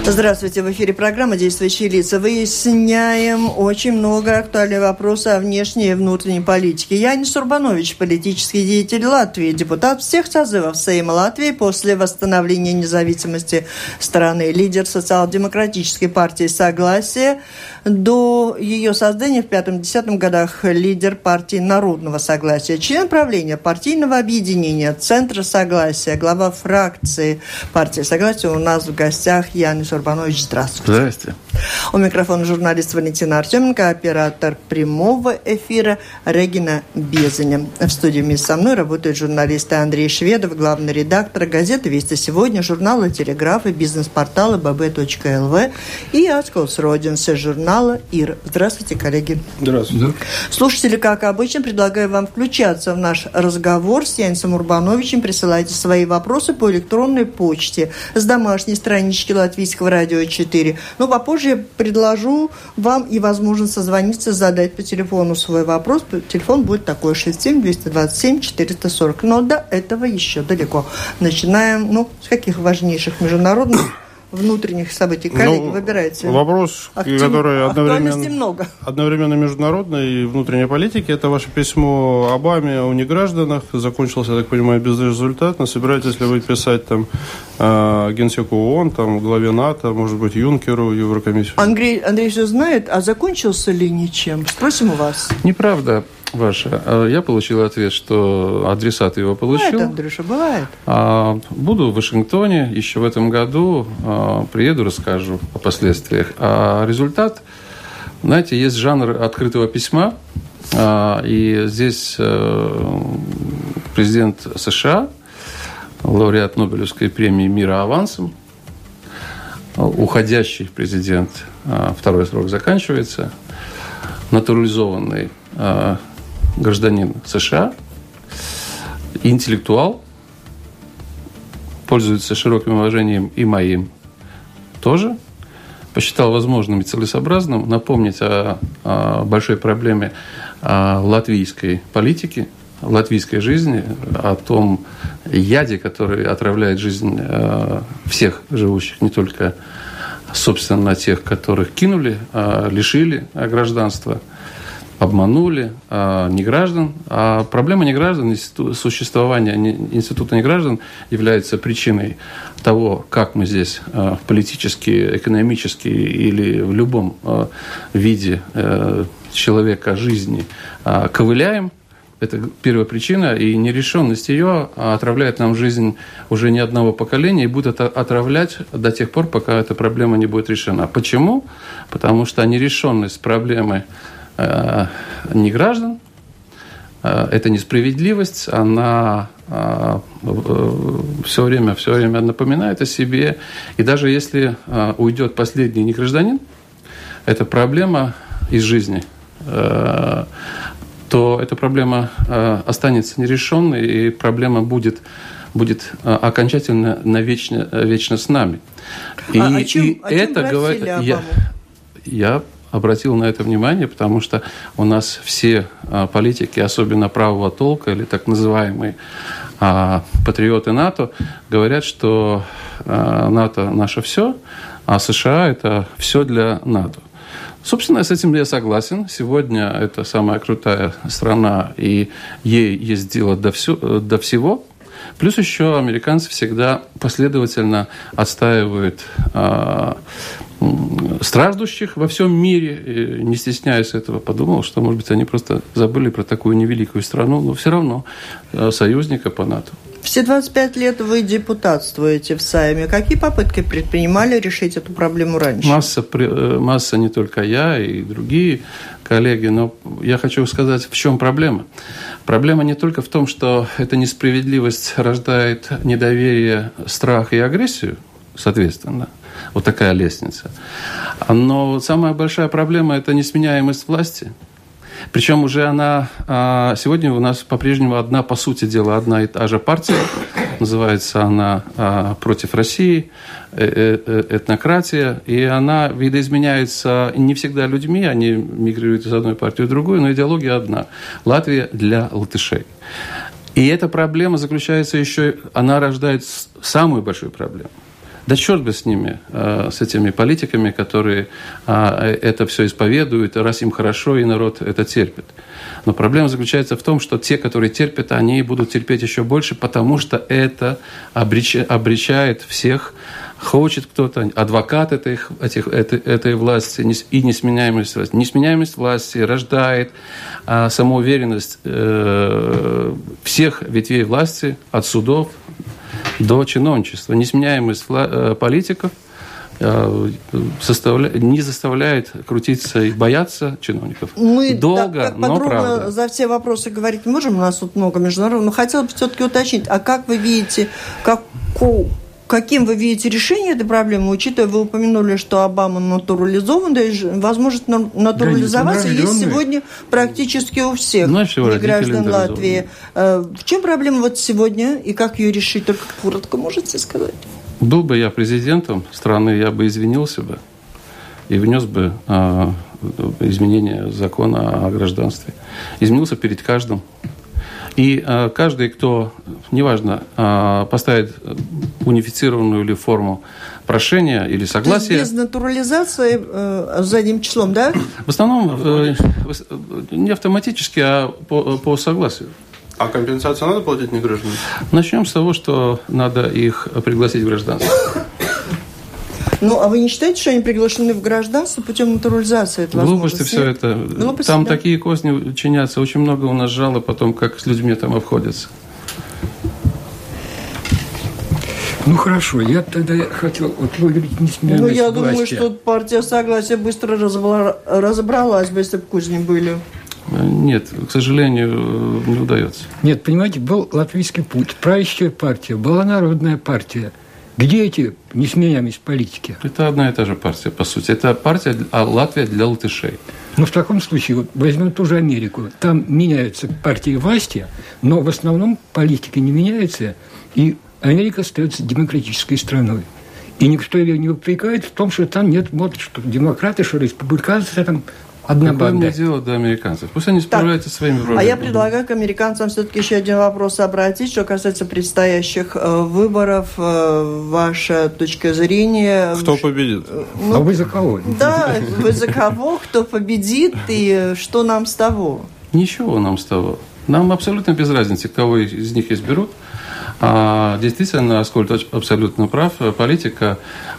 Здравствуйте, в эфире программа «Действующие лица». Выясняем очень много актуальных вопросов о внешней и внутренней политике. Янис Урбанович, политический деятель Латвии, депутат всех созывов Сейма Латвии после восстановления независимости страны, лидер социал-демократической партии «Согласие», до ее создания в 5-10 годах лидер партии Народного согласия, член правления партийного объединения Центра согласия, глава фракции партии «Согласие». У нас в гостях Янис Урбанович. Здравствуйте. Здравствуйте. У микрофона журналист Валентина Артеменко, оператор прямого эфира Регина Безаня. В студии вместе со мной работают журналисты Андрей Шведов, главный редактор газеты «Вести сегодня», журнала «Телеграф» и бизнес-портала bb.lv и Асколс Родинса, журнала «Ир». Здравствуйте, коллеги. Здравствуйте. Слушатели, как обычно, предлагаю вам включаться в наш разговор с Янисом Урбановичем. Присылайте свои вопросы по электронной почте с домашней странички Латвийского радио 4. Но попозже я предложу вам и возможность созвониться, задать по телефону свой вопрос. Телефон будет такой: 67-227-440. Но до этого еще далеко. Начинаем, с каких важнейших международных внутренних событий? Коллеги, выбирайте. Вопрос, который одновременно международной и внутренней политики, это ваше письмо Обаме о негражданах. Закончилось, я так понимаю, безрезультатно. Собираетесь ли вы писать там генсеку ООН, там, главе НАТО, может быть, Юнкеру, Еврокомиссию? Андрей все знает, а закончился ли ничем? Спросим у вас. Неправда ваша. Я получил ответ, что адресат его получил. Бывает, Андрюша, бывает. Буду в Вашингтоне еще в этом году. Приеду, расскажу о последствиях. А результат, знаете, есть жанр открытого письма. И здесь президент США, лауреат Нобелевской премии мира авансом, уходящий президент, второй срок заканчивается, натурализованный гражданин США, интеллектуал, пользуется широким уважением и моим тоже, посчитал возможным и целесообразным напомнить о большой проблеме латвийской политики, латвийской жизни, о том яде, который отравляет жизнь всех живущих, не только, собственно, тех, которых кинули, лишили гражданства, обманули неграждан. А проблема неграждан, существование института неграждан является причиной того, как мы здесь политически, экономически или в любом виде человека жизни ковыляем. Это первая причина, и нерешенность ее отравляет нам жизнь уже не одного поколения и будет отравлять до тех пор, пока эта проблема не будет решена. Почему? Потому что нерешенность проблемы неграждан, эта несправедливость, она все время напоминает о себе. И даже если уйдет последний негражданин, эта проблема из жизни, то эта проблема останется нерешенной, и проблема будет окончательно вечно с нами. О чем говорит я обратил на это внимание, потому что у нас все политики, особенно правого толка или так называемые патриоты НАТО, говорят, что НАТО наше все, а США это все для НАТО. Собственно, с этим я согласен. Сегодня это самая крутая страна, и ей есть дело до всего. Плюс еще американцы всегда последовательно отстаивают страждущих во всем мире, не стесняясь этого. Подумал, что, может быть, они просто забыли про такую невеликую страну, но все равно союзника по НАТО. Все 25 лет вы депутатствуете в Сайме. Какие попытки предпринимали решить эту проблему раньше? Масса, не только я и другие коллеги, но я хочу сказать, в чем проблема. Проблема не только в том, что эта несправедливость рождает недоверие, страх и агрессию, соответственно. Вот такая лестница. Но самая большая проблема – это несменяемость власти. Причем уже она... Сегодня у нас по-прежнему по сути дела, одна и та же партия. Называется она «Против России», этнократия. И она видоизменяется не всегда людьми, они мигрируют из одной партии в другую, но идеология одна. Латвия для латышей. И эта проблема заключается еще... Она рождает самую большую проблему. Да черт бы с ними, с этими политиками, которые это все исповедуют, раз им хорошо, и народ это терпит. Но проблема заключается в том, что те, которые терпят, они будут терпеть еще больше, потому что это обречает всех. Хочет кто-то, адвокат этой власти и несменяемость власти. Несменяемость власти рождает самоуверенность всех ветвей власти, от судов до чиновничества. Несменяемость политиков не заставляет крутиться и бояться чиновников. Мы долго, но правда. За все вопросы говорить не можем, у нас тут много международных, но хотелось бы все-таки уточнить, а как вы видите, каким вы видите решение этой проблемы, учитывая, вы упомянули, что Обама натурализован, да и возможность натурализоваться есть сегодня практически у всех граждан Латвии. В чем проблема вот сегодня и как ее решить? Только коротко можете сказать? Был бы я президентом страны, я бы извинился бы и внес бы изменения закона о гражданстве. Изменился перед каждым. И каждый, кто, неважно, поставит унифицированную или форму прошения или согласия... Без натурализации задним числом, да? В основном не автоматически, а по согласию. А компенсацию надо платить негражданам? Начнем с того, что надо их пригласить в гражданство. Ну, а вы не считаете, что они приглашены в гражданство путем натурализации? Это глупости все это. Глупости, там такие козни чинятся. Очень много у нас жалоб о том, как с людьми там обходятся. Ну, хорошо. Я тогда хотел... Вот вы говорите, несменяемость власти. Я думаю, что партия Согласия быстро разобралась бы, если бы козни были. Нет, к сожалению, не удается. Нет, понимаете, был латвийский путь. Правящая партия, была народная партия. Где эти несменяемость политики? Это одна и та же партия, по сути. Это партия Латвия для латышей. Ну, в таком случае, вот возьмем ту же Америку. Там меняются партии власти, но в основном политика не меняется, и Америка остается демократической страной. И никто ее не упрекает в том, что там нет, вот, что демократы, что республиканцы, там одна банда. Какое дело до американцев? Пусть они справляются своими проблемами. А я предлагаю к американцам все-таки еще один вопрос обратить, что касается предстоящих выборов. Ваша точка зрения... Кто победит? А вы за кого? Да, вы за кого, кто победит и что нам с того? Ничего нам с того. Нам абсолютно без разницы, кого из них изберут. Действительно, Аскольд абсолютно прав. Политика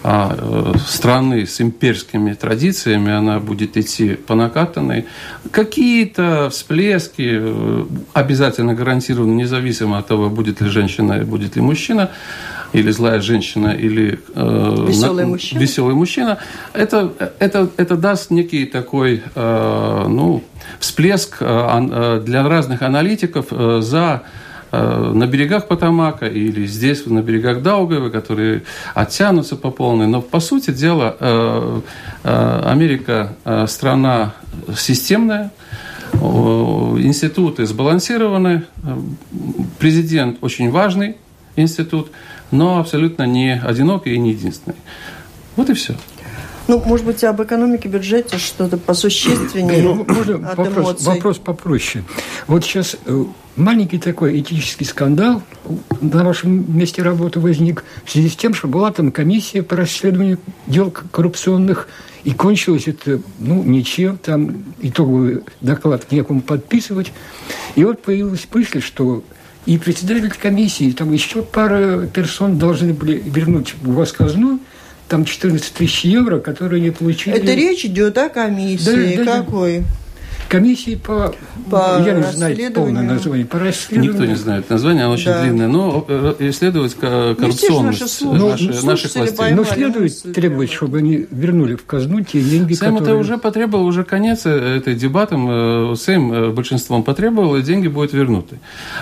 страны с имперскими традициями, она будет идти по накатанной. Какие-то всплески обязательно гарантированы, независимо от того, будет ли женщина, будет ли мужчина, или злая женщина, или веселый мужчина. Это даст некий такой всплеск для разных аналитиков на берегах Потамака или здесь, на берегах Даугавы, которые оттянутся по полной. Но, по сути дела, Америка страна системная, институты сбалансированы, президент очень важный институт, но абсолютно не одинокий и не единственный. Вот и все. Ну, может быть, об экономике, бюджете что-то посущественнее от эмоций. Вопрос попроще. Вот сейчас маленький такой этический скандал на вашем месте работы возник в связи с тем, что была там комиссия по расследованию дел коррупционных, и кончилось это, ничем, там итоговый доклад некому подписывать. И вот появилась мысль, что и председатель комиссии, там еще пара персон должны были вернуть в госказну там 14 тысяч евро, которые не получили. Это речь идет о комиссии. Да, какой? Комиссии по я не знаю полное название, по расследованию. Никто не знает название, оно очень длинное, но исследовать коррупционность наших властей. Но следует требовать, чтобы они вернули в казну те деньги, Сэм которые... это уже потребовал, уже конец этой дебатам. Сэм большинством потребовал, и деньги будут вернуты.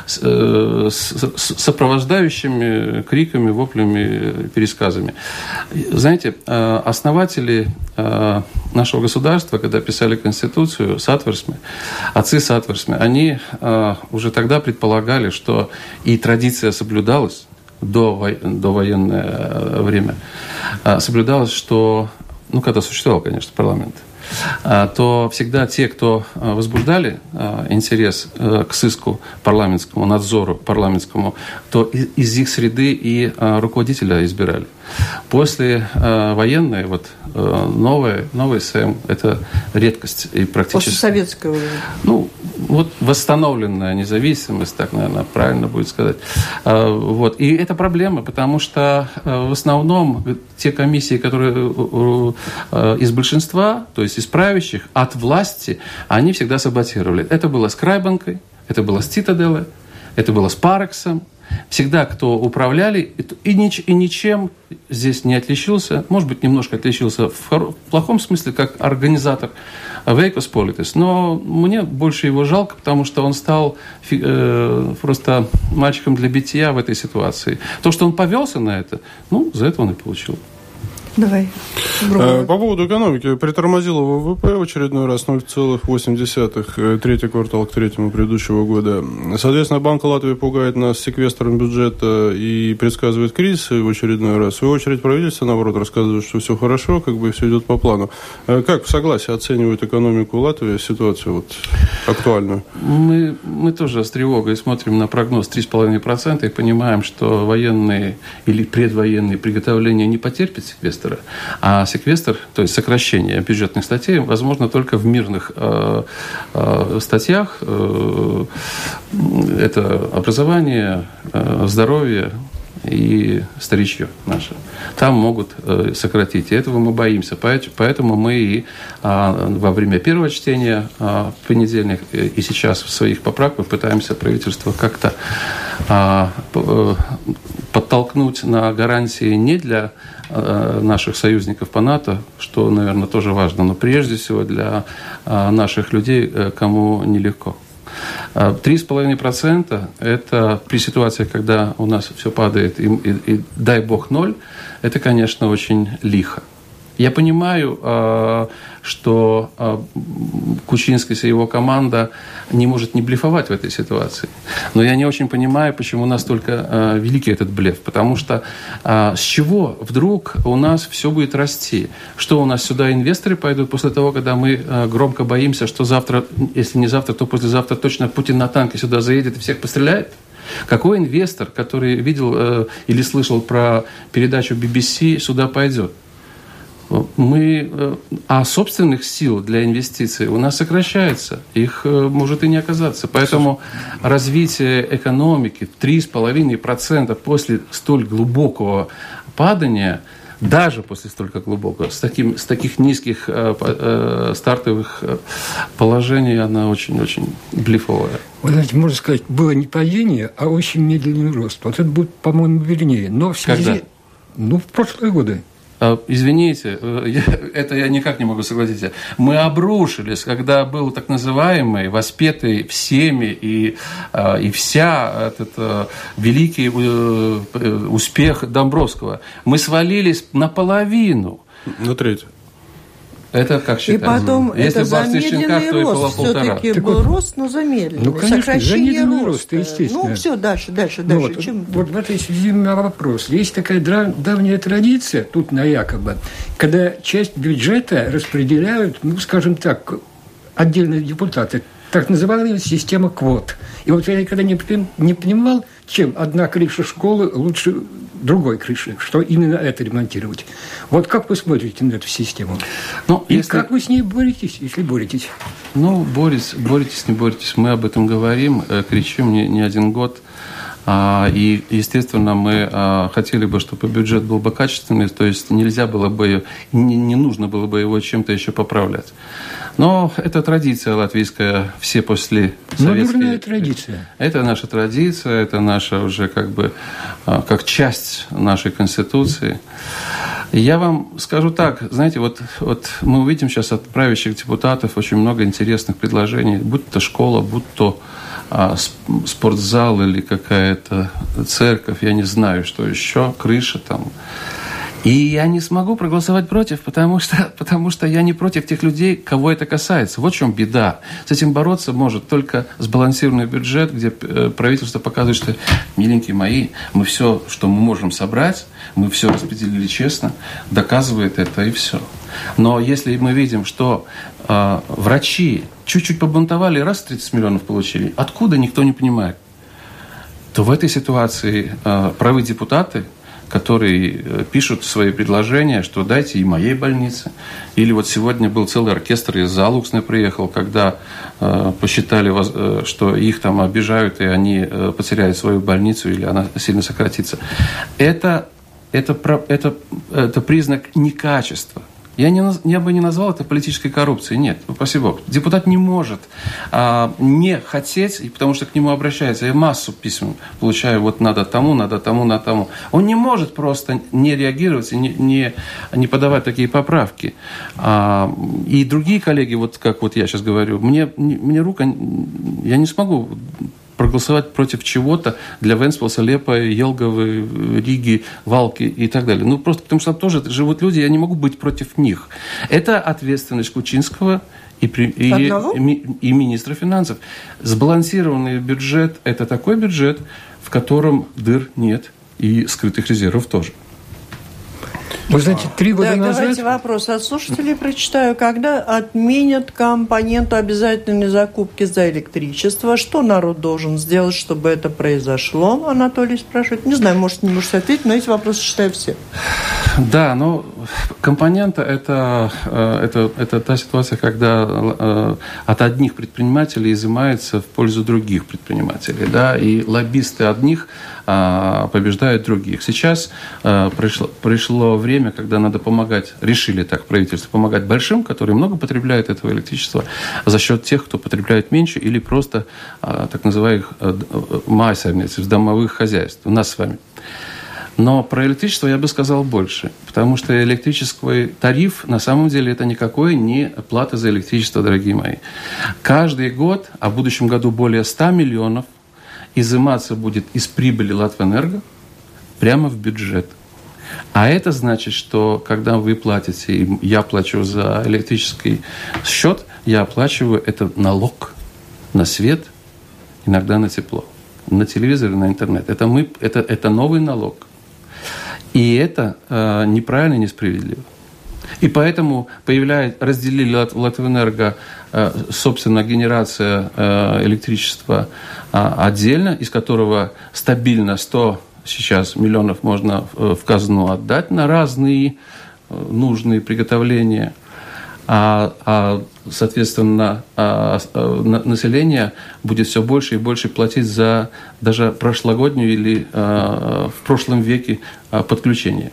С сопровождающими криками, воплями, пересказами. Знаете, основатели нашего государства, когда писали Конституцию, отцы Сатверсме, они уже тогда предполагали, что и традиция соблюдалась до военное время, соблюдалось, что, когда существовал, конечно, парламент, то всегда те, кто возбуждали интерес к сыску парламентскому, надзору парламентскому, то из их среды и руководителя избирали. После военной, новый СМ – это редкость и практически… После советского. Восстановленная независимость, так, наверное, правильно будет сказать. И это проблема, потому что в основном те комиссии, которые из большинства, то есть из правящих, от власти, они всегда саботировали. Это было с Крайбанкой, это было с Цитаделой, это было с Парексом. Всегда, кто управляли, и ничем здесь не отличился, может быть, немножко отличился в плохом смысле, как организатор Veikos Politis, но мне больше его жалко, потому что он стал просто мальчиком для битья в этой ситуации. То, что он повелся на это, за это он и получил. Давай. По поводу экономики. Притормозило ВВП в очередной раз 0,8, третий квартал к третьему предыдущего года. Соответственно, Банк Латвии пугает нас секвестром бюджета и предсказывает кризис в очередной раз. В свою очередь правительство, наоборот, рассказывает, что все хорошо, все идет по плану. Как в согласии оценивают экономику Латвии, ситуацию актуальную? Мы тоже с тревогой смотрим на прогноз 3,5% и понимаем, что военные или предвоенные приготовления не потерпят секвестр. А секвестр, то есть сокращение бюджетных статей, возможно только в мирных статьях. Это образование, здоровье и старичье наше. Там могут сократить. И этого мы боимся. Поэтому мы и во время первого чтения в понедельник и сейчас в своих поправках пытаемся правительство как-то подтолкнуть на гарантии не для наших союзников по НАТО, что, наверное, тоже важно, но прежде всего для наших людей, кому нелегко. 3,5% – это при ситуации, когда у нас все падает, и дай бог 0, это, конечно, очень лихо. Я понимаю, что Кучинскис и его команда не может не блефовать в этой ситуации. Но я не очень понимаю, почему настолько великий этот блеф. Потому что с чего вдруг у нас все будет расти? Что у нас сюда инвесторы пойдут после того, когда мы громко боимся, что завтра, если не завтра, то послезавтра точно Путин на танке сюда заедет и всех постреляет? Какой инвестор, который видел или слышал про передачу BBC, сюда пойдет? А собственных сил для инвестиций у нас сокращается. Их может и не оказаться. Поэтому развитие экономики 3,5% после столь глубокого падания, даже после столько глубокого, с таких низких стартовых положений, она очень-очень блефовая. Вы знаете, можно сказать, было не падение, а очень медленный рост. Вот это будет, по-моему, вернее. Но в связи... Когда? В прошлые годы. Извините, это я никак не могу согласиться. Мы обрушились, когда был так называемый, воспетый всеми и вся этот великий успех Домбровского. Мы свалились наполовину. На треть. Это как считается? И потом Если это замедленный рост. Все-таки был рост, но замедленный. Ну, конечно, сокращение роста. Естественно. Все, дальше. Вот в этой связи у меня вопрос. Есть такая давняя традиция, тут на якобы, когда часть бюджета распределяют, скажем так, отдельные депутаты, так называемая система квот. И вот я никогда не понимал, чем одна крыша школы лучше другой крыши, что именно это ремонтировать. Вот как вы смотрите на эту систему? Как вы с ней боретесь, если боретесь? Боретесь, не боретесь. Мы об этом говорим, кричим не один год. И, естественно, мы хотели бы, чтобы бюджет был бы качественный, то есть нельзя было бы, не нужно было бы его чем-то еще поправлять. Но это традиция латвийская, все после советские. Дурная традиция. Это наша традиция, это наша уже как часть нашей Конституции. Я вам скажу так, знаете, вот мы увидим сейчас от правящих депутатов очень много интересных предложений, будь то школа, будь то спортзал или какая-то церковь, я не знаю, что еще, крыша там. И я не смогу проголосовать против, потому что я не против тех людей, кого это касается. Вот в чем беда. С этим бороться может только сбалансированный бюджет, где правительство показывает, что, миленькие мои, мы все, что мы можем собрать, мы все распределили честно, доказывает это и все. Но если мы видим, что врачи чуть-чуть побунтовали, раз 30 миллионов получили, откуда, никто не понимает, то в этой ситуации правые депутаты, которые пишут свои предложения, что дайте и моей больнице. Или вот сегодня был целый оркестр из Алуксны приехал, когда посчитали, что их там обижают, и они потеряют свою больницу, или она сильно сократится. Это признак некачества. Я бы не назвал это политической коррупцией. Нет, упаси Бог. Депутат не может не хотеть, потому что к нему обращаются. Я массу писем получаю, вот надо тому. Он не может просто не реагировать и не подавать такие поправки. И другие коллеги, вот как вот я сейчас говорю, мне я не смогу проголосовать против чего-то для Вентспилса, Лепа, Елговы, Риги, Валки и так далее. Ну, просто потому что там тоже живут люди, я не могу быть против них. Это ответственность Кучинского и министра финансов. Сбалансированный бюджет – это такой бюджет, в котором дыр нет и скрытых резервов тоже. Вы знаете, 3 года назад... Давайте вопрос от слушателей прочитаю. Когда отменят компоненту обязательной закупки за электричество, что народ должен сделать, чтобы это произошло? Анатолий спрашивает. Не знаю, может, не можете ответить, но эти вопросы читаю все. Да, но компонента это та ситуация, когда от одних предпринимателей изымается в пользу других предпринимателей, да, и лоббисты одних побеждают других. Сейчас пришло время, когда надо помогать, решили так правительство, помогать большим, которые много потребляют этого электричества, за счет тех, кто потребляет меньше, или просто так называемых майсерниц, домовых хозяйств, у нас с вами. Но про электричество я бы сказал больше, потому что электрический тариф на самом деле это никакой не плата за электричество, дорогие мои. Каждый год, а в будущем году более 100 миллионов, изыматься будет из прибыли Латвэнерго прямо в бюджет. А это значит, что когда вы платите, и я плачу за электрический счет, я оплачиваю это налог на свет, иногда на тепло, на телевизор и на интернет. Это новый налог. И это неправильно и несправедливо. И поэтому разделили Латвэнерго, собственно, генерация электричества отдельно, из которого стабильно 100 сейчас миллионов можно в казну отдать на разные нужные приготовления. Соответственно, население будет все больше и больше платить за даже прошлогоднюю или в прошлом веке подключение.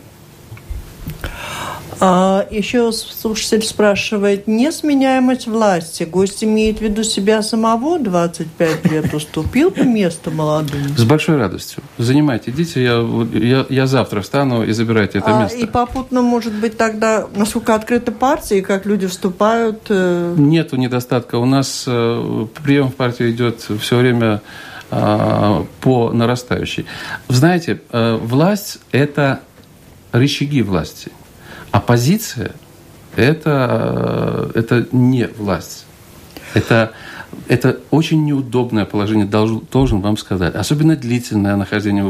Еще слушатель спрашивает, несменяемость власти. Гость имеет в виду себя самого, 25 лет уступил по месту молодым? С большой радостью. Занимайте, идите, я завтра встану и забирайте это место. И попутно, может быть, тогда, насколько открыты партии, как люди вступают? Нету недостатка. У нас прием в партию идет все время по нарастающей. Знаете, власть – это рычаги власти. Оппозиция – это не власть. Это очень неудобное положение, должен вам сказать. Особенно длительное нахождение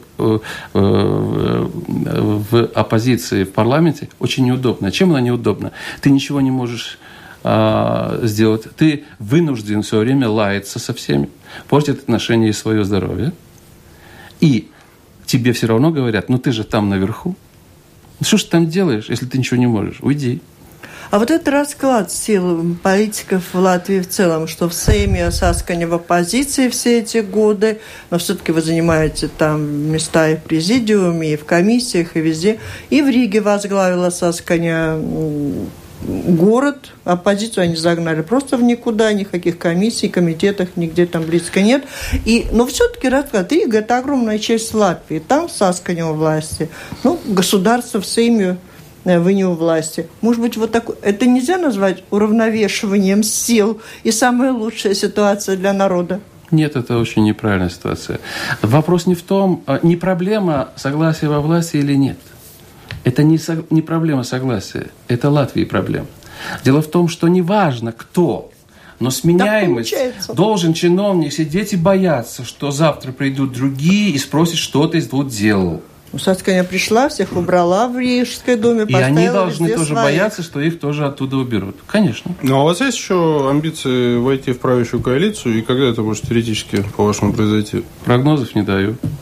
в оппозиции в парламенте очень неудобно. Чем она неудобна? Ты ничего не можешь сделать. Ты вынужден все время лаяться со всеми, портить отношения и свое здоровье. И тебе все равно говорят, ну ты же там наверху. Что ж ты там делаешь, если ты ничего не можешь? Уйди. А вот этот расклад сил политиков в Латвии в целом, что в Сейме Сасканя в оппозиции все эти годы, но все-таки вы занимаете там места и в президиуме, и в комиссиях, и везде. И в Риге возглавила Сасканя город, оппозицию они загнали просто в никуда, никаких комиссий, комитетах, нигде там близко нет. Но все-таки расклад Рига – это огромная часть Латвии. Там Сасканя у власти. Государство в Сейме вы не у власти. Может быть, вот так, это нельзя назвать уравновешиванием сил и самая лучшая ситуация для народа? Нет, это очень неправильная ситуация. Вопрос не в том, не проблема согласия во власти или нет. Это не проблема согласия, это Латвии проблема. Дело в том, что неважно кто, но сменяемость, должен чиновник сидеть и бояться, что завтра придут другие и спросят, что ты тут делал. Сасканя пришла, всех убрала в Рижской думе, поставила. И они должны тоже бояться, что их тоже оттуда уберут. Конечно. Ну, а у вас есть еще амбиции войти в правящую коалицию? И когда это может теоретически, по-вашему, произойти? Прогнозов не даю.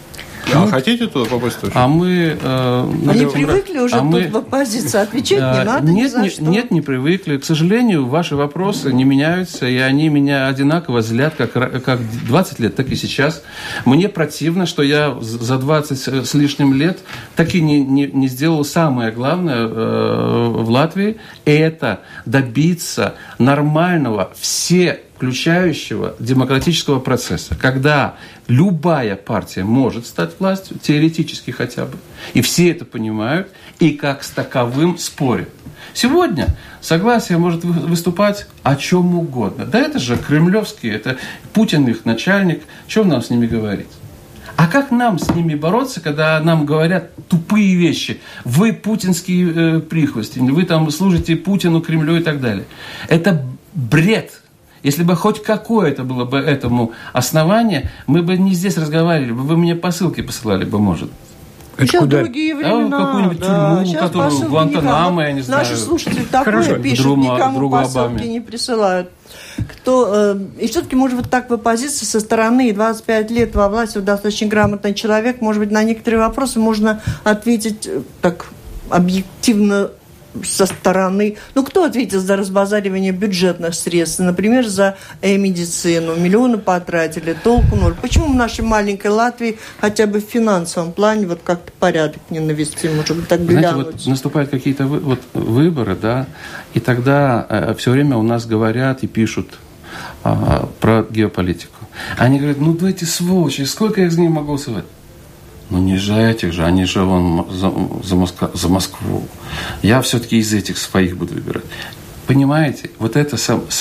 А хотите туда попасть тоже? Они привыкли уже тут в оппозиции, отвечать не надо ни за что. Нет, не привыкли. К сожалению, ваши вопросы не меняются, и они меня одинаково злят, как 20 лет, так и сейчас. Мне противно, что я за 20 с лишним лет так и не сделал самое главное в Латвии, это добиться нормального, включающего демократического процесса, когда любая партия может стать властью, теоретически хотя бы, и все это понимают, и как с таковым спорят. Сегодня согласие может выступать о чем угодно. Да это же кремлевские, это Путин их начальник, что нам с ними говорить? А как нам с ними бороться, когда нам говорят тупые вещи? Вы путинские прихвостни, вы там служите Путину, Кремлю и так далее. Это бред. Если бы хоть какое-то было бы этому основание, мы бы не здесь разговаривали, вы мне посылки посылали бы, может. Сейчас другие времена. Какую-нибудь тюрьму, которую Гуантанамо, я не знаю. Наши слушатели такое пишут, никому посылки не присылают. И все-таки, может быть, так в оппозиции со стороны, 25 лет во власти, достаточно грамотный человек, может быть, на некоторые вопросы можно ответить так объективно со стороны. Кто ответит за разбазаривание бюджетных средств? Например, за медицину. Миллионы потратили, толку ноль. Почему в нашей маленькой Латвии хотя бы в финансовом плане как-то порядок не навести? Может быть, так глянуть? Знаете, наступают какие-то выборы, да, и тогда все время у нас говорят и пишут про геополитику. Они говорят, эти сволочи, сколько я из них могу голосовать? Не же этих же, они же за Москву. Я все-таки из этих своих буду выбирать. Понимаете, это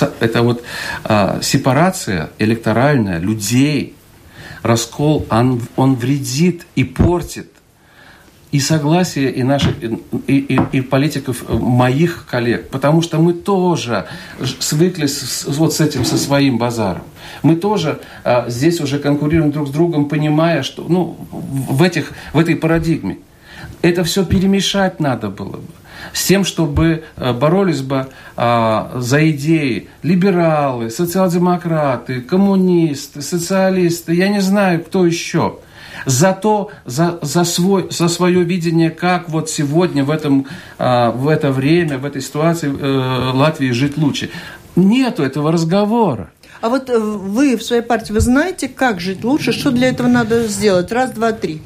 сепарация электоральная людей, раскол, он вредит и портит и согласие и наших, и политиков, моих коллег, потому что мы тоже свыклись с этим, со своим базаром. Мы тоже здесь уже конкурируем друг с другом, понимая, что в этой парадигме это все перемешать надо было бы. С тем, чтобы боролись бы за идеи либералы, социал-демократы, коммунисты, социалисты, я не знаю, кто еще. За свое видение, как сегодня, в это время, в этой ситуации Латвии жить лучше. Нету этого разговора. А вы в своей партии, вы знаете, как жить лучше? Что для этого надо сделать? Раз, два, три.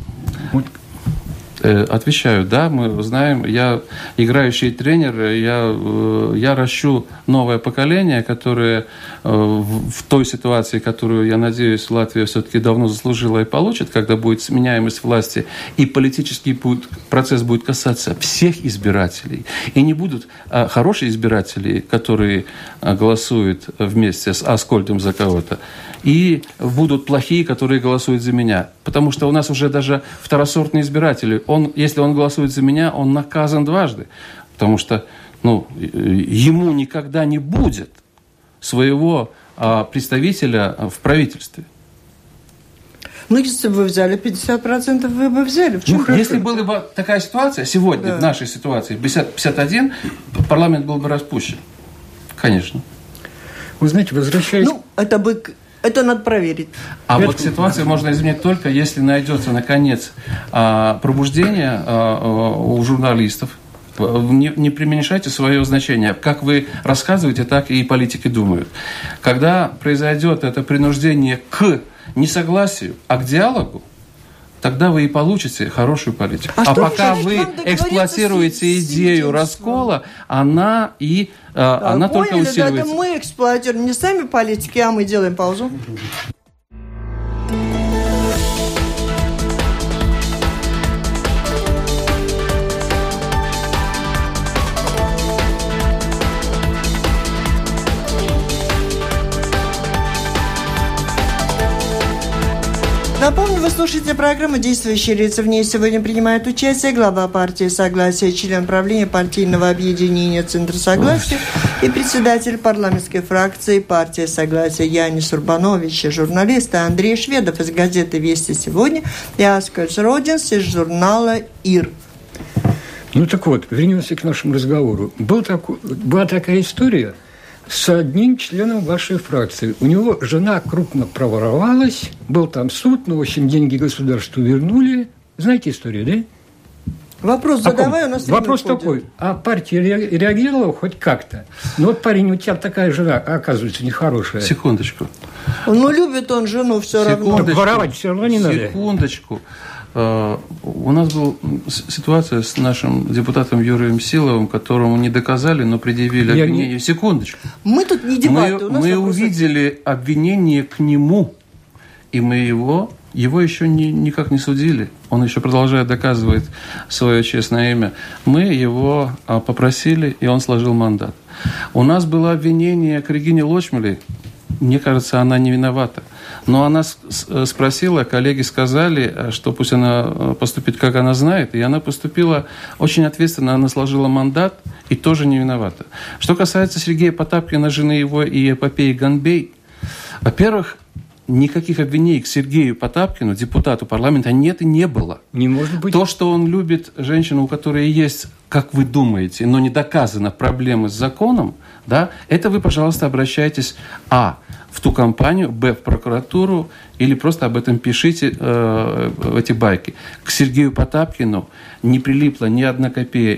Отвечаю, да, мы знаем. Я играющий тренер, я ращу новое поколение, которое в той ситуации, которую, я надеюсь, Латвия все-таки давно заслужила и получит, когда будет сменяемость власти, и политический процесс будет касаться всех избирателей. И не будут хорошие избиратели, которые голосуют вместе с Аскольдом за кого-то, и будут плохие, которые голосуют за меня. Потому что у нас уже даже второсортные избиратели. Если он голосует за меня, он наказан дважды. Потому что ему никогда не будет своего представителя в правительстве. Если бы вы взяли 50%, вы бы взяли. Если была бы такая ситуация, сегодня, в нашей ситуации, 51, парламент был бы распущен. Конечно. Вы знаете, возвращаясь... Это надо проверить. Ситуацию можно изменить только, если найдется, наконец, пробуждение у журналистов. Не преуменьшайте свое значение. Как вы рассказываете, так и политики думают. Когда произойдет это принуждение к несогласию, а к диалогу, тогда вы и получите хорошую политику. А пока вы эксплуатируете идею раскола, она только усиливается. Это мы эксплуатируем, не сами политики, а мы делаем паузу. Напомню, вы слушаете программу «Действующие лица». В ней сегодня принимает участие глава партии «Согласие», член правления партийного объединения «Центр Согласия» и председатель парламентской фракции партии «Согласие» Янис Урбанович, журналист Андрей Шведов из газеты «Вести сегодня» и Аскольds Родинс из журнала «Ир». Так вот, вернемся к нашему разговору. Была такая история, с одним членом вашей фракции. У него жена крупно проворовалась, был там суд, но, в общем, деньги государству вернули. Знаете историю, да? Вопрос задавай, у нас вопрос такой, а партия реагировала хоть как-то? Ну вот, парень, у тебя такая жена, оказывается, нехорошая. Секундочку. Ну, любит он жену все равно. Воровать все равно не надо. Секундочку. У нас была ситуация с нашим депутатом Юрием Силовым, которому не доказали, но предъявили обвинение. Секундочку. Мы тут не дебаты. Мы увидели обвинение к нему, и мы его еще никак не судили. Он еще продолжает доказывать свое честное имя. Мы его попросили, и он сложил мандат. У нас было обвинение к Регине Лочмелей. Мне кажется, она не виновата. Но она спросила, коллеги сказали, что пусть она поступит, как она знает. И она поступила очень ответственно, она сложила мандат и тоже не виновата. Что касается Сергея Потапкина, жены его и эпопеи Ганбей, во-первых, никаких обвинений к Сергею Потапкину, депутату парламента, нет и не было. Не может быть. То, что он любит женщину, у которой есть, как вы думаете, но не доказано проблемы с законом, да, это вы, пожалуйста, обращайтесь в ту компанию, в прокуратуру, или просто об этом пишите эти байки. К Сергею Потапкину не прилипла ни одна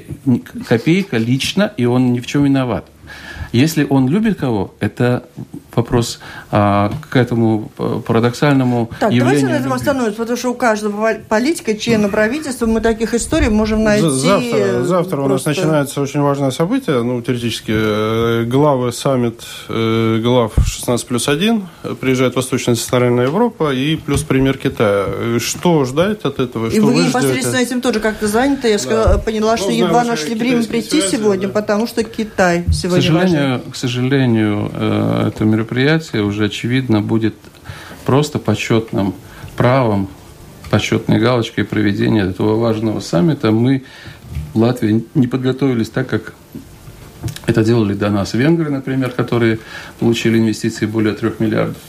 копейка лично, и он ни в чем виноват. Если он любит кого, это вопрос к этому парадоксальному явлению. Давайте на этом остановимся, потому что у каждого политика, члена правительства, мы таких историй можем найти. Завтра у нас начинается очень важное событие, теоретически, главы саммит глав 16+1, приезжает Восточная и Центральная Европа и плюс премьер Китая. Что ждать от этого? И вы непосредственно этим тоже как-то заняты. Я поняла, что едва нашли время прийти сегодня, потому что Китай сегодня важен. К сожалению, это мероприятие уже, очевидно, будет просто почетным правом, почетной галочкой проведения этого важного саммита. Мы в Латвии не подготовились так, как это делали до нас венгры, например, которые получили инвестиции более 3 миллиардов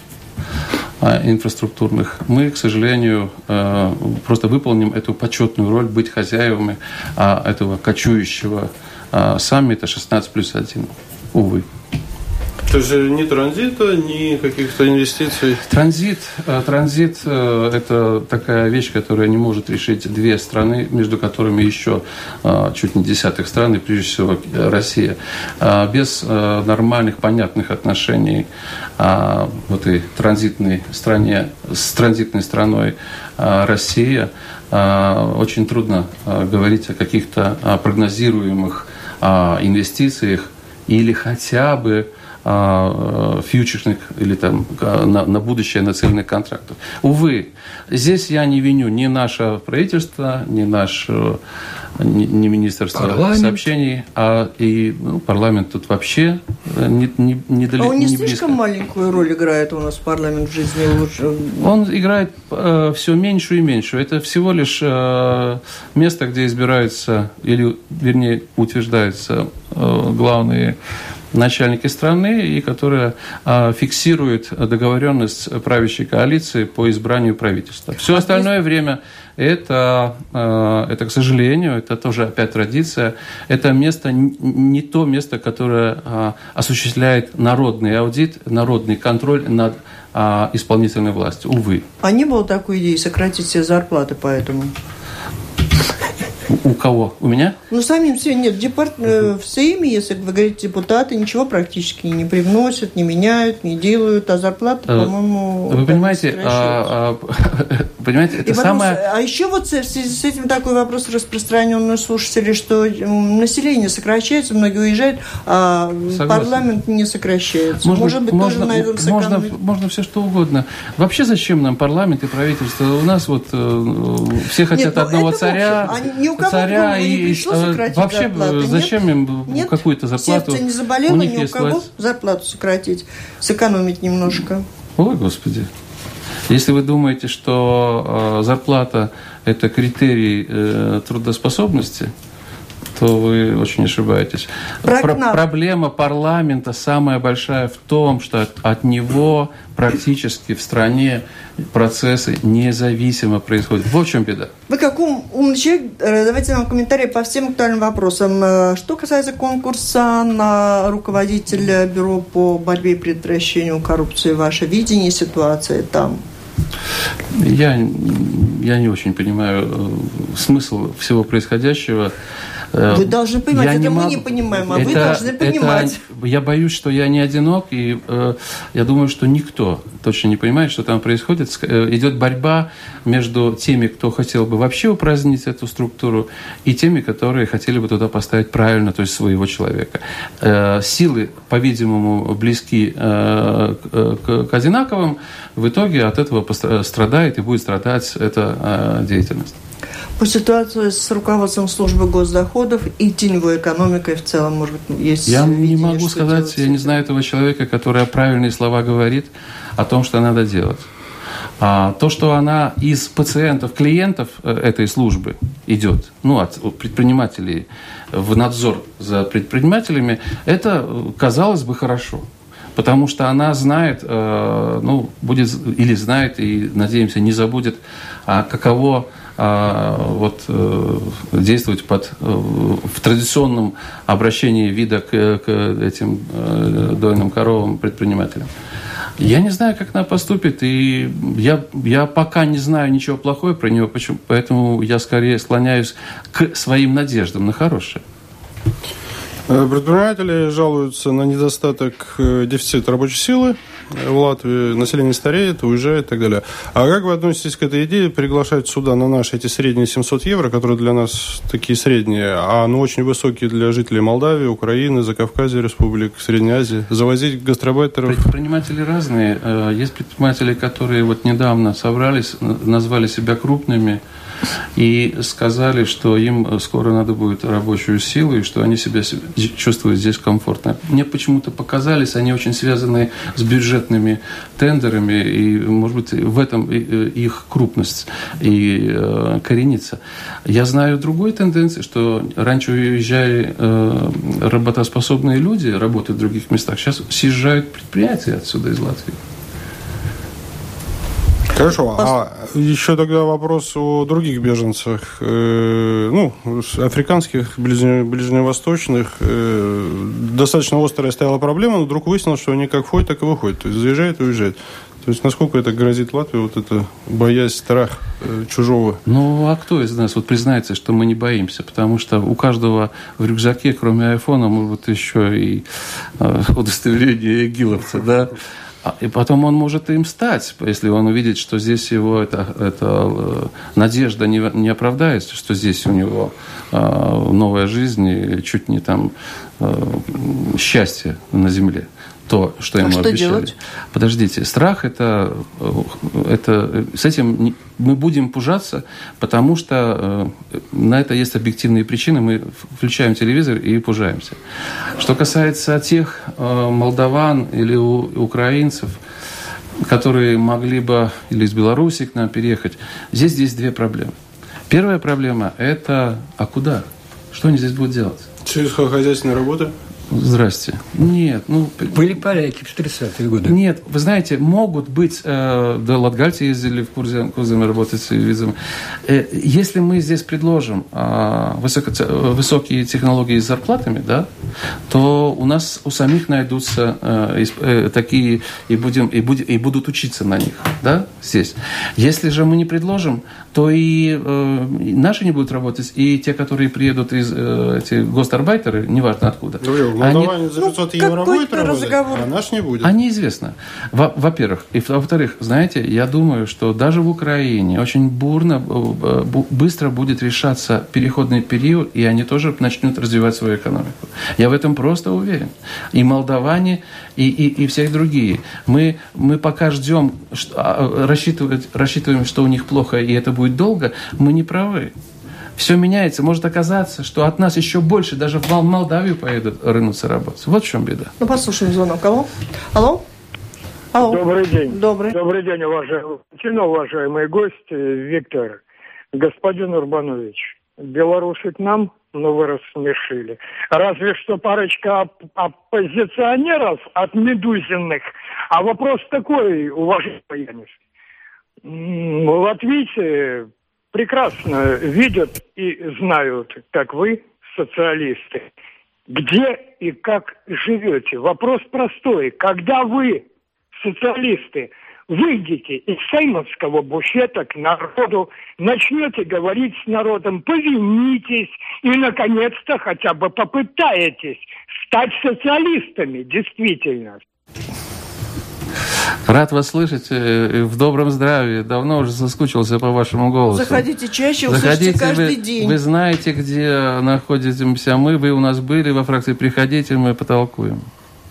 инфраструктурных. Мы, к сожалению, просто выполним эту почетную роль быть хозяевами этого кочующего саммита 16+1. Увы. То есть ни транзита, ни каких-то инвестиций? Транзит – это такая вещь, которая не может решить две страны, между которыми еще чуть не десятых стран, и прежде всего Россия. Без нормальных, понятных отношений в этой транзитной стране, с транзитной страной Россия, очень трудно говорить о каких-то прогнозируемых инвестициях или хотя бы фьючерсных или там на будущее нацеленных контрактов. Увы, здесь я не виню ни наше правительство, ни Министерство сообщений, и парламент тут вообще недалеко. А он не слишком маленькую роль играет у нас парламент в жизни лучше? Он играет все меньшую и меньшую. Это всего лишь место, где избираются, или, вернее, утверждаются главные начальники страны, и которые фиксируют договоренность правящей коалиции по избранию правительства. Все остальное время это, к сожалению, это тоже опять традиция, это место, не то место, которое осуществляет народный аудит, народный контроль над исполнительной властью. Увы. А не было такой идеи сократить все зарплаты поэтому? У кого? У меня? Самим себе нет. В Сейме, если вы говорите, депутаты ничего практически не привносят, не меняют, не делают, а зарплата, по-моему... Вы понимаете, это самое... А еще в связи с этим такой вопрос распространенный у слушателей, что население сокращается, многие уезжают, а парламент не сокращается. Может быть, тоже на этом сэкономить. Можно все что угодно. Вообще зачем нам парламент и правительство? У нас все хотят одного царя... Царя и вообще зарплаты. Зачем им какую-то зарплату? Сердце не заболело, ни у кого зарплату сократить, сэкономить немножко. Ой, Господи. Если вы думаете, что зарплата – это критерий трудоспособности, то вы очень ошибаетесь. Проблема парламента самая большая в том, что от него практически в стране процессы независимо происходят. Вот в чем беда. Вы как умный человек, давайте нам комментарии по всем актуальным вопросам. Что касается конкурса на руководителя бюро по борьбе и предотвращению коррупции, ваше видение ситуации там? Я не очень понимаю смысл всего происходящего. Вы должны понимать, мы не понимаем, вы должны понимать. Я боюсь, что я не одинок, и я думаю, что никто точно не понимает, что там происходит. Идет борьба между теми, кто хотел бы вообще упразднить эту структуру, и теми, которые хотели бы туда поставить правильно, то есть своего человека. Силы, по-видимому, близки к одинаковым. В итоге от этого страдает и будет страдать эта деятельность. По ситуации с руководством службы госдоходов и теневой экономикой в целом, может быть, есть... Я не могу сказать, я не знаю этого человека, который правильные слова говорит о том, что надо делать. То, что она из пациентов, клиентов этой службы идет, от предпринимателей в надзор за предпринимателями, это, казалось бы, хорошо. Потому что она знает, будет или знает, и, надеемся, не забудет, каково действовать в традиционном обращении вида к этим дойным коровам предпринимателям. Я не знаю, как она поступит, и я пока не знаю ничего плохого про нее, поэтому я скорее склоняюсь к своим надеждам на хорошее. Предприниматели жалуются на недостаток дефицита рабочей силы в Латвии, население стареет, уезжает и так далее. А как вы относитесь к этой идее приглашать сюда на наши эти средние 700 евро, которые для нас такие средние, очень высокие для жителей Молдавии, Украины, Закавказья, республик, Средней Азии, завозить гастарбайтеров? Предприниматели разные. Есть предприниматели, которые недавно собрались, назвали себя крупными, и сказали, что им скоро надо будет рабочую силу, и что они себя чувствуют здесь комфортно. Мне почему-то показались, они очень связаны с бюджетными тендерами, и, может быть, в этом их крупность и коренится. Я знаю другой тенденции, что раньше уезжали работоспособные люди, работают в других местах, сейчас съезжают предприятия отсюда, из Латвии. Хорошо. Еще тогда вопрос о других беженцах, африканских, ближневосточных. Достаточно острая стояла проблема, но вдруг выяснилось, что они как входят, так и выходят. То есть заезжают и уезжают. То есть насколько это грозит Латвии, это боязнь, страх чужого? А кто из нас признается, что мы не боимся? Потому что у каждого в рюкзаке, кроме айфона, может быть, еще и удостоверение игиловца, да? И потом он может им стать, если он увидит, что здесь его эта надежда не оправдается, что здесь у него новая жизнь и чуть не там счастье на земле. То, что ему обещали. Делать? Подождите, страх это с этим мы будем пужаться, потому что на это есть объективные причины. Мы включаем телевизор и пужаемся. Что касается тех молдаван или украинцев, которые могли бы или из Беларуси к нам переехать, здесь две проблемы. Первая проблема это куда? Что они здесь будут делать? Сельскохозяйственная работа? Здрасте. Нет, Были поляки в 30-е годы. Нет, вы знаете, могут быть, латгальцы ездили в Курзем работать с визами. Если мы здесь предложим высокие технологии с зарплатами, да, то у нас у самих найдутся такие и будут учиться на них, да, здесь. Если же мы не предложим, то и наши не будут работать, и те, которые приедут эти гастарбайтеры, неважно откуда. Молдаване за 500 евро будет работать, а наш не будет. Неизвестно. Во-первых. И во-вторых, знаете, я думаю, что даже в Украине очень быстро будет решаться переходный период, и они тоже начнут развивать свою экономику. Я в этом просто уверен. И молдаване, и все другие. Мы пока ждем, рассчитываем, что у них плохо, и это будет долго, мы не правы. Все меняется. Может оказаться, что от нас еще больше даже в Молдавию поедут рынуться работать. Вот в чем беда. Послушаем звонок. Алло? Добрый день. Добрый день, уважаемый гость Виктор. Господин Урбанович, белорусы к нам Ну, вы рассмешили. Разве что парочка оппозиционеров от Медузиных. А вопрос такой, уважаемый Янис. Латвийцы прекрасно видят и знают, как вы, социалисты, где и как живете. Вопрос простой. Когда вы, социалисты, выйдете из сеймовского буфета к народу, начнете говорить с народом, повинитесь и, наконец-то, хотя бы попытаетесь стать социалистами, действительно. Рад вас слышать, в добром здравии. Давно уже соскучился по вашему голосу. Заходите чаще, услышите каждый день. Вы знаете, где находимся мы, вы у нас были во фракции, приходите, мы потолкуем.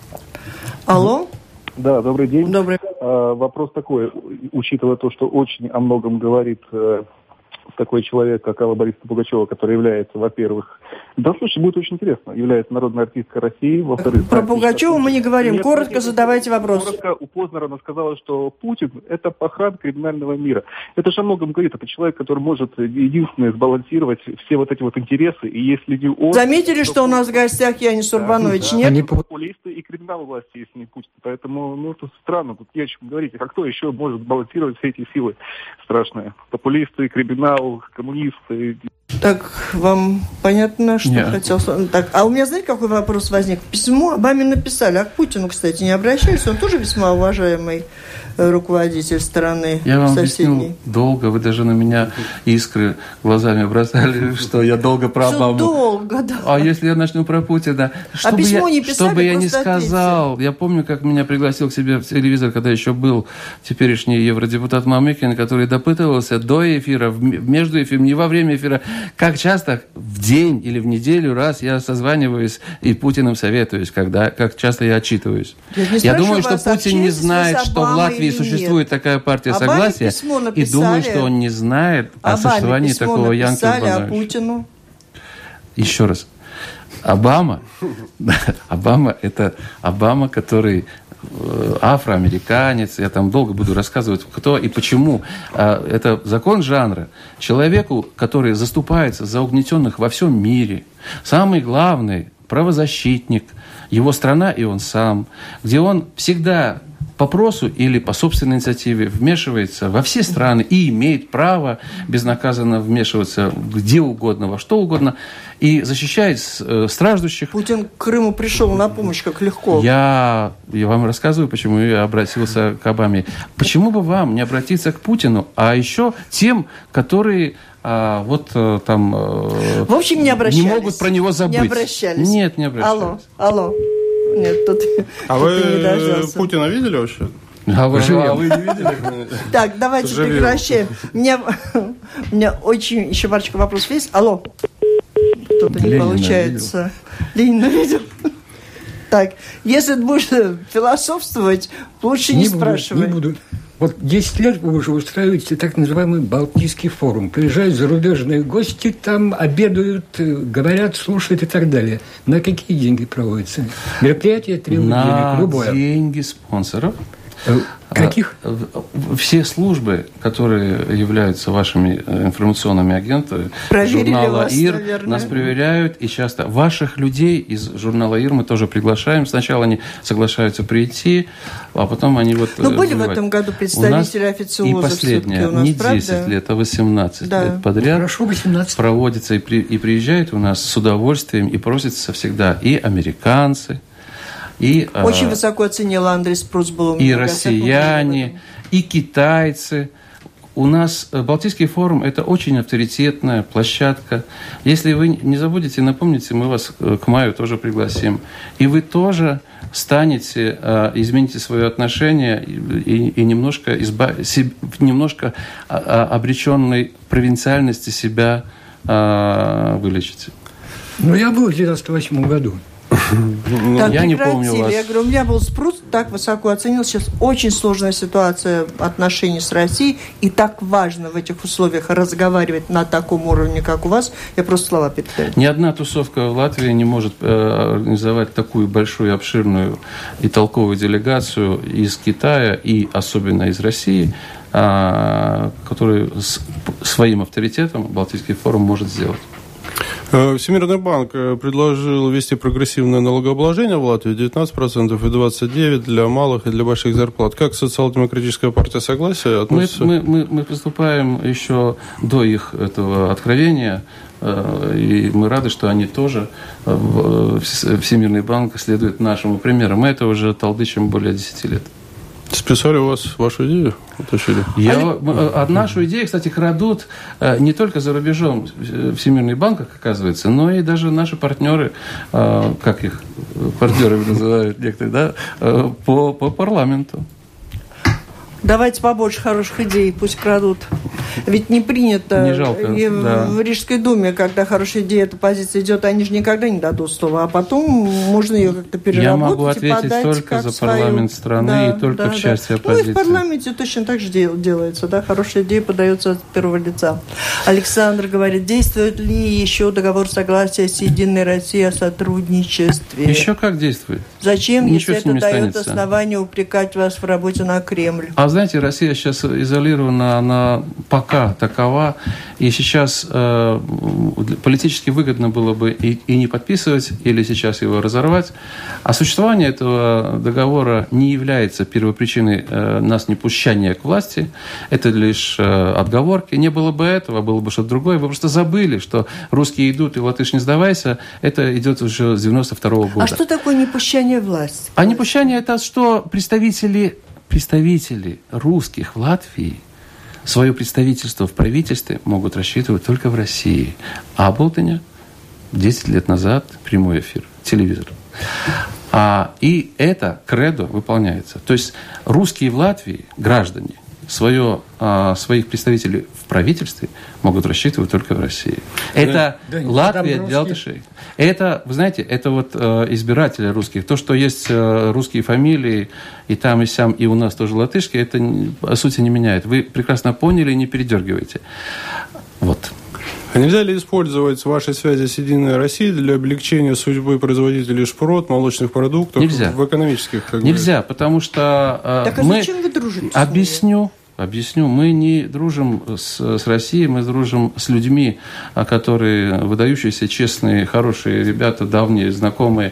Алло? Да, добрый день. Добрый. Вопрос такой, учитывая то, что очень о многом говорит такой человек, как Алла Борисовна Пугачева, который является, во-первых, да, слушай, будет очень интересно, является народной артисткой России, во-вторых... Про Пугачеву мы не говорим, коротко задавайте вопрос. Коротко, у Познера она сказала, что Путин – это пахан криминального мира. Это же о многом говорит, это человек, который может единственное сбалансировать все вот эти вот интересы, и если не он... Заметили, что у нас в гостях Янис Урбанович, да, нет? Они популисты и криминал власти, если не Путин. Поэтому, ну, это странно, тут не о чем говорить. А кто еще может балансировать все эти силы страшные? Популисты, криминал, коммунисты... Так, вам понятно, что хотел... Так, а у меня, знаете, какой вопрос возник? Письмо Обаме написали, а к Путину, кстати, не обращались. Он тоже весьма уважаемый руководитель страны соседней. Я вам объяснил долго, вы даже на меня искры глазами бросали, что я долго про Обаму. Долго, да. А если я начну про Путина? А письмо не писали, что бы я ни сказал. Я помню, как меня пригласил к себе в телевизор, когда еще был теперешний евродепутат Мамыкин, который допытывался до эфира, между эфиром, не во время эфира, как часто в день или в неделю раз я созваниваюсь и Путиным советуюсь, как часто я отчитываюсь. Я думаю, что Путин не знает, что в Латвии существует такая партия согласия, и думаю, что он не знает о существовании такого Янки Урбановича. А Путину? Еще раз. Обама это Обама, который афроамериканец, я там долго буду рассказывать, кто и почему. Это закон жанра. Человеку, который заступается за угнетенных во всем мире, самый главный правозащитник, его страна и он сам, где он всегда по просу или по собственной инициативе вмешивается во все страны и имеет право безнаказанно вмешиваться где угодно, во что угодно, и защищает страждущих. Путин к Крыму пришел на помощь, как легко. Я вам рассказываю, почему я обратился к Обаме. Почему бы вам не обратиться к Путину, а еще тем, которые... там... В общем, не обращались. Не могут про него забыть. Не обращались. Нет, не обращались. Алло. Нет, тут вы Путина видели вообще? Вы не видели? Так, давайте прекращаем. У меня очень еще парочка вопросов есть. Алло. Что-то не получается. Ленина видел. Так, если будешь философствовать, лучше не спрашивай. Не буду. Вот 10 лет вы уже устраиваете так называемый Балтийский форум. Приезжают зарубежные гости, там обедают, говорят, слушают и так далее. На какие деньги проводятся? Мероприятие требует денег, любое. На деньги спонсоров. Каких? Все службы, которые являются вашими информационными агентами, журнала вас, ИР, наверное. нас проверяют, и часто ваших людей из журнала ИР мы тоже приглашаем. Сначала они соглашаются прийти, а потом они вот... Но были в этом году представители официозов. И последнее, не 10 лет, а 18 лет подряд. Хорошо, 18. Проводится и приезжают у нас с удовольствием, и просятся всегда и американцы, и, очень высоко оценила Андрес Прусбулум. И россияне, и китайцы. У нас Балтийский форум – это очень авторитетная площадка. Если вы не забудете, напомните, мы вас к маю тоже пригласим. И вы тоже станете, измените свое отношение и немножко обреченной провинциальности себя вылечите. Ну, я был в 1998 году. Так, я не помню вас. Я говорю, у меня был Спрус, так высоко оценил. Сейчас очень сложная ситуация отношений с Россией, и так важно в этих условиях разговаривать на таком уровне, как у вас. Я просто слова передаю. Ни одна тусовка в Латвии не может организовать такую большую, обширную и толковую делегацию из Китая и особенно из России, которую своим авторитетом Балтийский форум может сделать. Всемирный банк предложил ввести прогрессивное налогообложение в Латвии 19% и 29% для малых и для больших зарплат. Как социал-демократическая партия согласия относится? Мы приступаем еще до их этого откровения, и мы рады, что они тоже, Всемирный банк, следует нашему примеру. Мы это уже толдычим более 10 лет. Списали у вас вашу идею? Утащили? Нашу идею, кстати, крадут не только за рубежом Всемирный банк, как оказывается, но и даже наши партнеры, как их партнеры называют некоторые, да, по парламенту. Давайте побольше хороших идей, пусть крадут. Ведь не принято. Не жалко, и в Рижской думе, когда хорошая идея, эта позиция идет, они же никогда не дадут слова, а потом можно ее как-то переработать. Я могу ответить только за парламент страны и только в части оппозиции. Ну и в парламенте точно так же делается, да, хорошая идея подается от первого лица. Александр говорит, действует ли еще договор согласия с Единой Россией о сотрудничестве? Еще как действует. Зачем, если это дает основание упрекать вас в работе на Кремль? А знаете, Россия сейчас изолирована, она пока такова, и сейчас политически выгодно было бы и не подписывать, или сейчас его разорвать. А существование этого договора не является первопричиной нас непущания к власти. Это лишь отговорки. Не было бы этого, было бы что-то другое. Вы просто забыли, что русские идут, и латыш не сдавайся. Это идет уже с 92-го года. А что такое непущание власти? А непущание – это что представители русских в Латвии свое представительство в правительстве могут рассчитывать только в России. А Болтоне 10 лет назад прямой эфир, телевизор. И это кредо выполняется. То есть русские в Латвии, граждане, своих представителей в правительстве могут рассчитывать только в России. Это Латвия для латышей. Это, вы знаете, это вот избиратели русских. То, что есть русские фамилии и там, и сям, и у нас тоже латышские, это по сути не меняет. Вы прекрасно поняли и не передергивайте. Вот. А нельзя ли использовать ваши связи с Единой Россией для облегчения судьбы производителей шпрот, молочных продуктов в экономических? Нельзя, потому что так, мы... зачем вы дружите? Объясню. Мы не дружим с Россией, мы дружим с людьми, которые выдающиеся, честные, хорошие ребята, давние знакомые.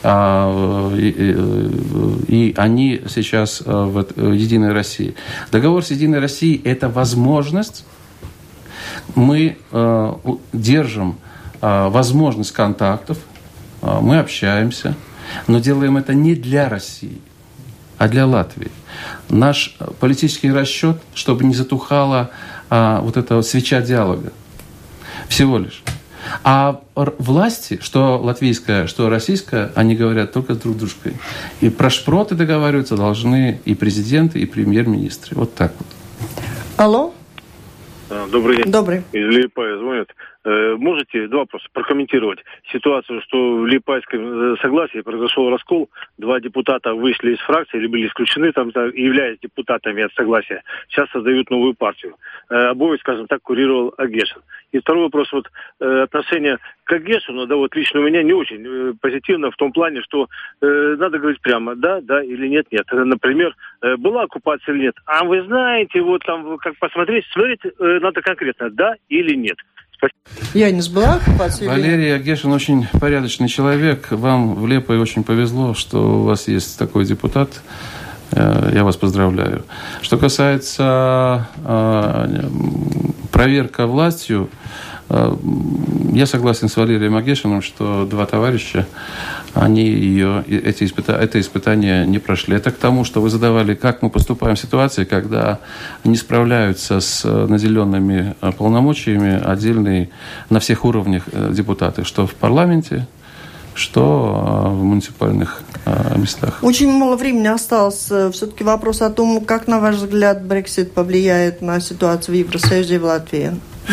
И они сейчас в Единой России. Договор с Единой Россией – это возможность. Мы держим возможность контактов, мы общаемся, но делаем это не для России, а для Латвии. Наш политический расчет, чтобы не затухала вот эта вот свеча диалога. Всего лишь. А власти, что латвийская, что российская, они говорят только друг с дружкой. И про шпроты договариваться должны и президенты, и премьер-министры. Вот так вот. Алло? Добрый день. Добрый. Из Лиепая звонят. Можете два вопроса прокомментировать ситуацию, что в Лиепайском согласии произошел раскол, 2 депутата вышли из фракции или были исключены, там, являясь депутатами от согласия, сейчас создают новую партию. Обоих, скажем так, курировал Агешин. И второй вопрос, вот отношение к Агешину, да, вот лично у меня не очень позитивно в том плане, что надо говорить прямо, да или нет. Например, была оккупация или нет. А вы знаете, вот там, как посмотреть, смотреть надо конкретно, да или нет. Янис, была оккупация? Валерий Агешин очень порядочный человек. Вам в Лиепае очень повезло, что у вас есть такой депутат. Я вас поздравляю. Что касается проверка властью, я согласен с Валерием Агешиным, что 2 товарища, они это испытание не прошли. Это к тому, что вы задавали, как мы поступаем в ситуации, когда не справляются с наделенными полномочиями отдельные на всех уровнях депутаты, что в парламенте, что в муниципальных местах. Очень мало времени осталось. Все-таки вопрос о том, как, на ваш взгляд, Брексит повлияет на ситуацию в Евросоюзе и в Латвии.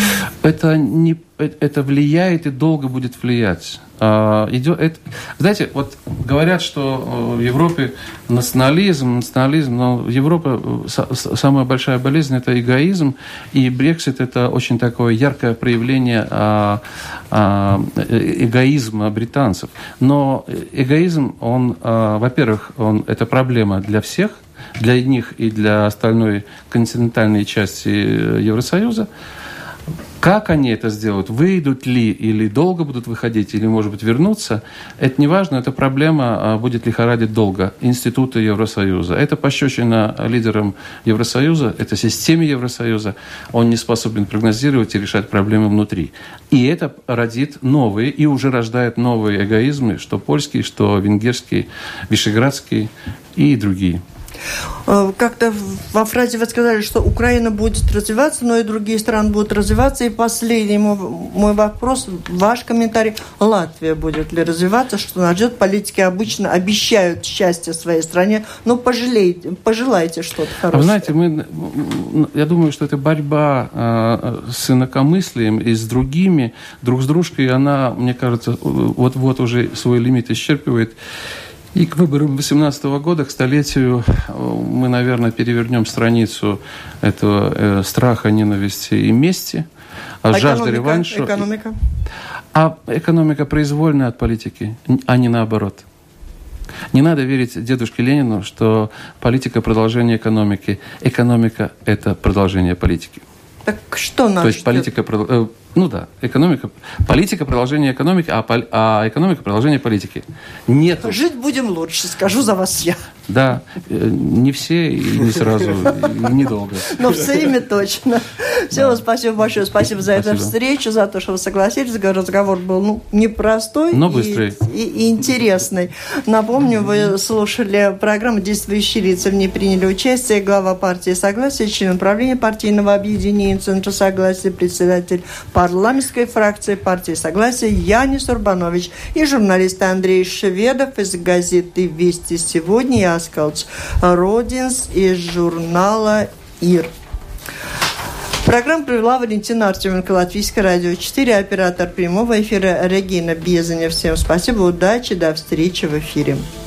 Это влияет и долго будет влиять. Знаете, вот говорят, что в Европе национализм, но в Европе самая большая болезнь – это эгоизм, и Брексит – это очень такое яркое проявление эгоизма британцев. Но эгоизм, во-первых, это проблема для всех, для них и для остальной континентальной части Евросоюза. Как они это сделают, выйдут ли, или долго будут выходить, или, может быть, вернутся, это не важно, эта проблема будет лихорадить долго. Институты Евросоюза. Это пощечина лидерам Евросоюза, это системе Евросоюза. Он не способен прогнозировать и решать проблемы внутри. И это родит новые, и уже рождает новые эгоизмы, что польский, что венгерский, вишеградский и другие. Как-то во фразе вы сказали, что Украина будет развиваться, но и другие страны будут развиваться. И последний мой вопрос, ваш комментарий. Латвия будет ли развиваться? Что нас ждет? Политики обычно обещают счастье своей стране, но пожелайте что-то хорошее. Знаете, я думаю, что это борьба с инакомыслием и с другими, друг с дружкой, она, мне кажется, вот-вот уже свой лимит исчерпывает. И к выборам 2018 года, к столетию, мы, наверное, перевернем страницу этого страха, ненависти и мести, жажды реванша. Экономика? А экономика произвольная от политики, а не наоборот. Не надо верить дедушке Ленину, что политика – продолжение экономики. Экономика – это продолжение политики. Так что нас То есть политика... Политика – продолжение экономики, а экономика – продолжение политики. Нет. Жить будем лучше, скажу за вас я. Да, не все и не сразу, и недолго. Но в Сейме точно. Все, спасибо большое, спасибо за эту встречу, за то, что вы согласились. Разговор был непростой, но быстрый и интересный. Напомню, вы слушали программу «Действующие лица». В ней приняли участие глава партии «Согласие», член правления партийного объединения «Центра Согласия», председатель парламентской фракции партии «Согласие» Янис Урбанович и журналист Андрей Шведов из газеты «Вести сегодня» и Аскалдс Родинс из журнала «ИР». Программу провела Валентина Артеменко, Латвийское радио 4, оператор прямого эфира Регина Безаня. Всем спасибо, удачи, до встречи в эфире.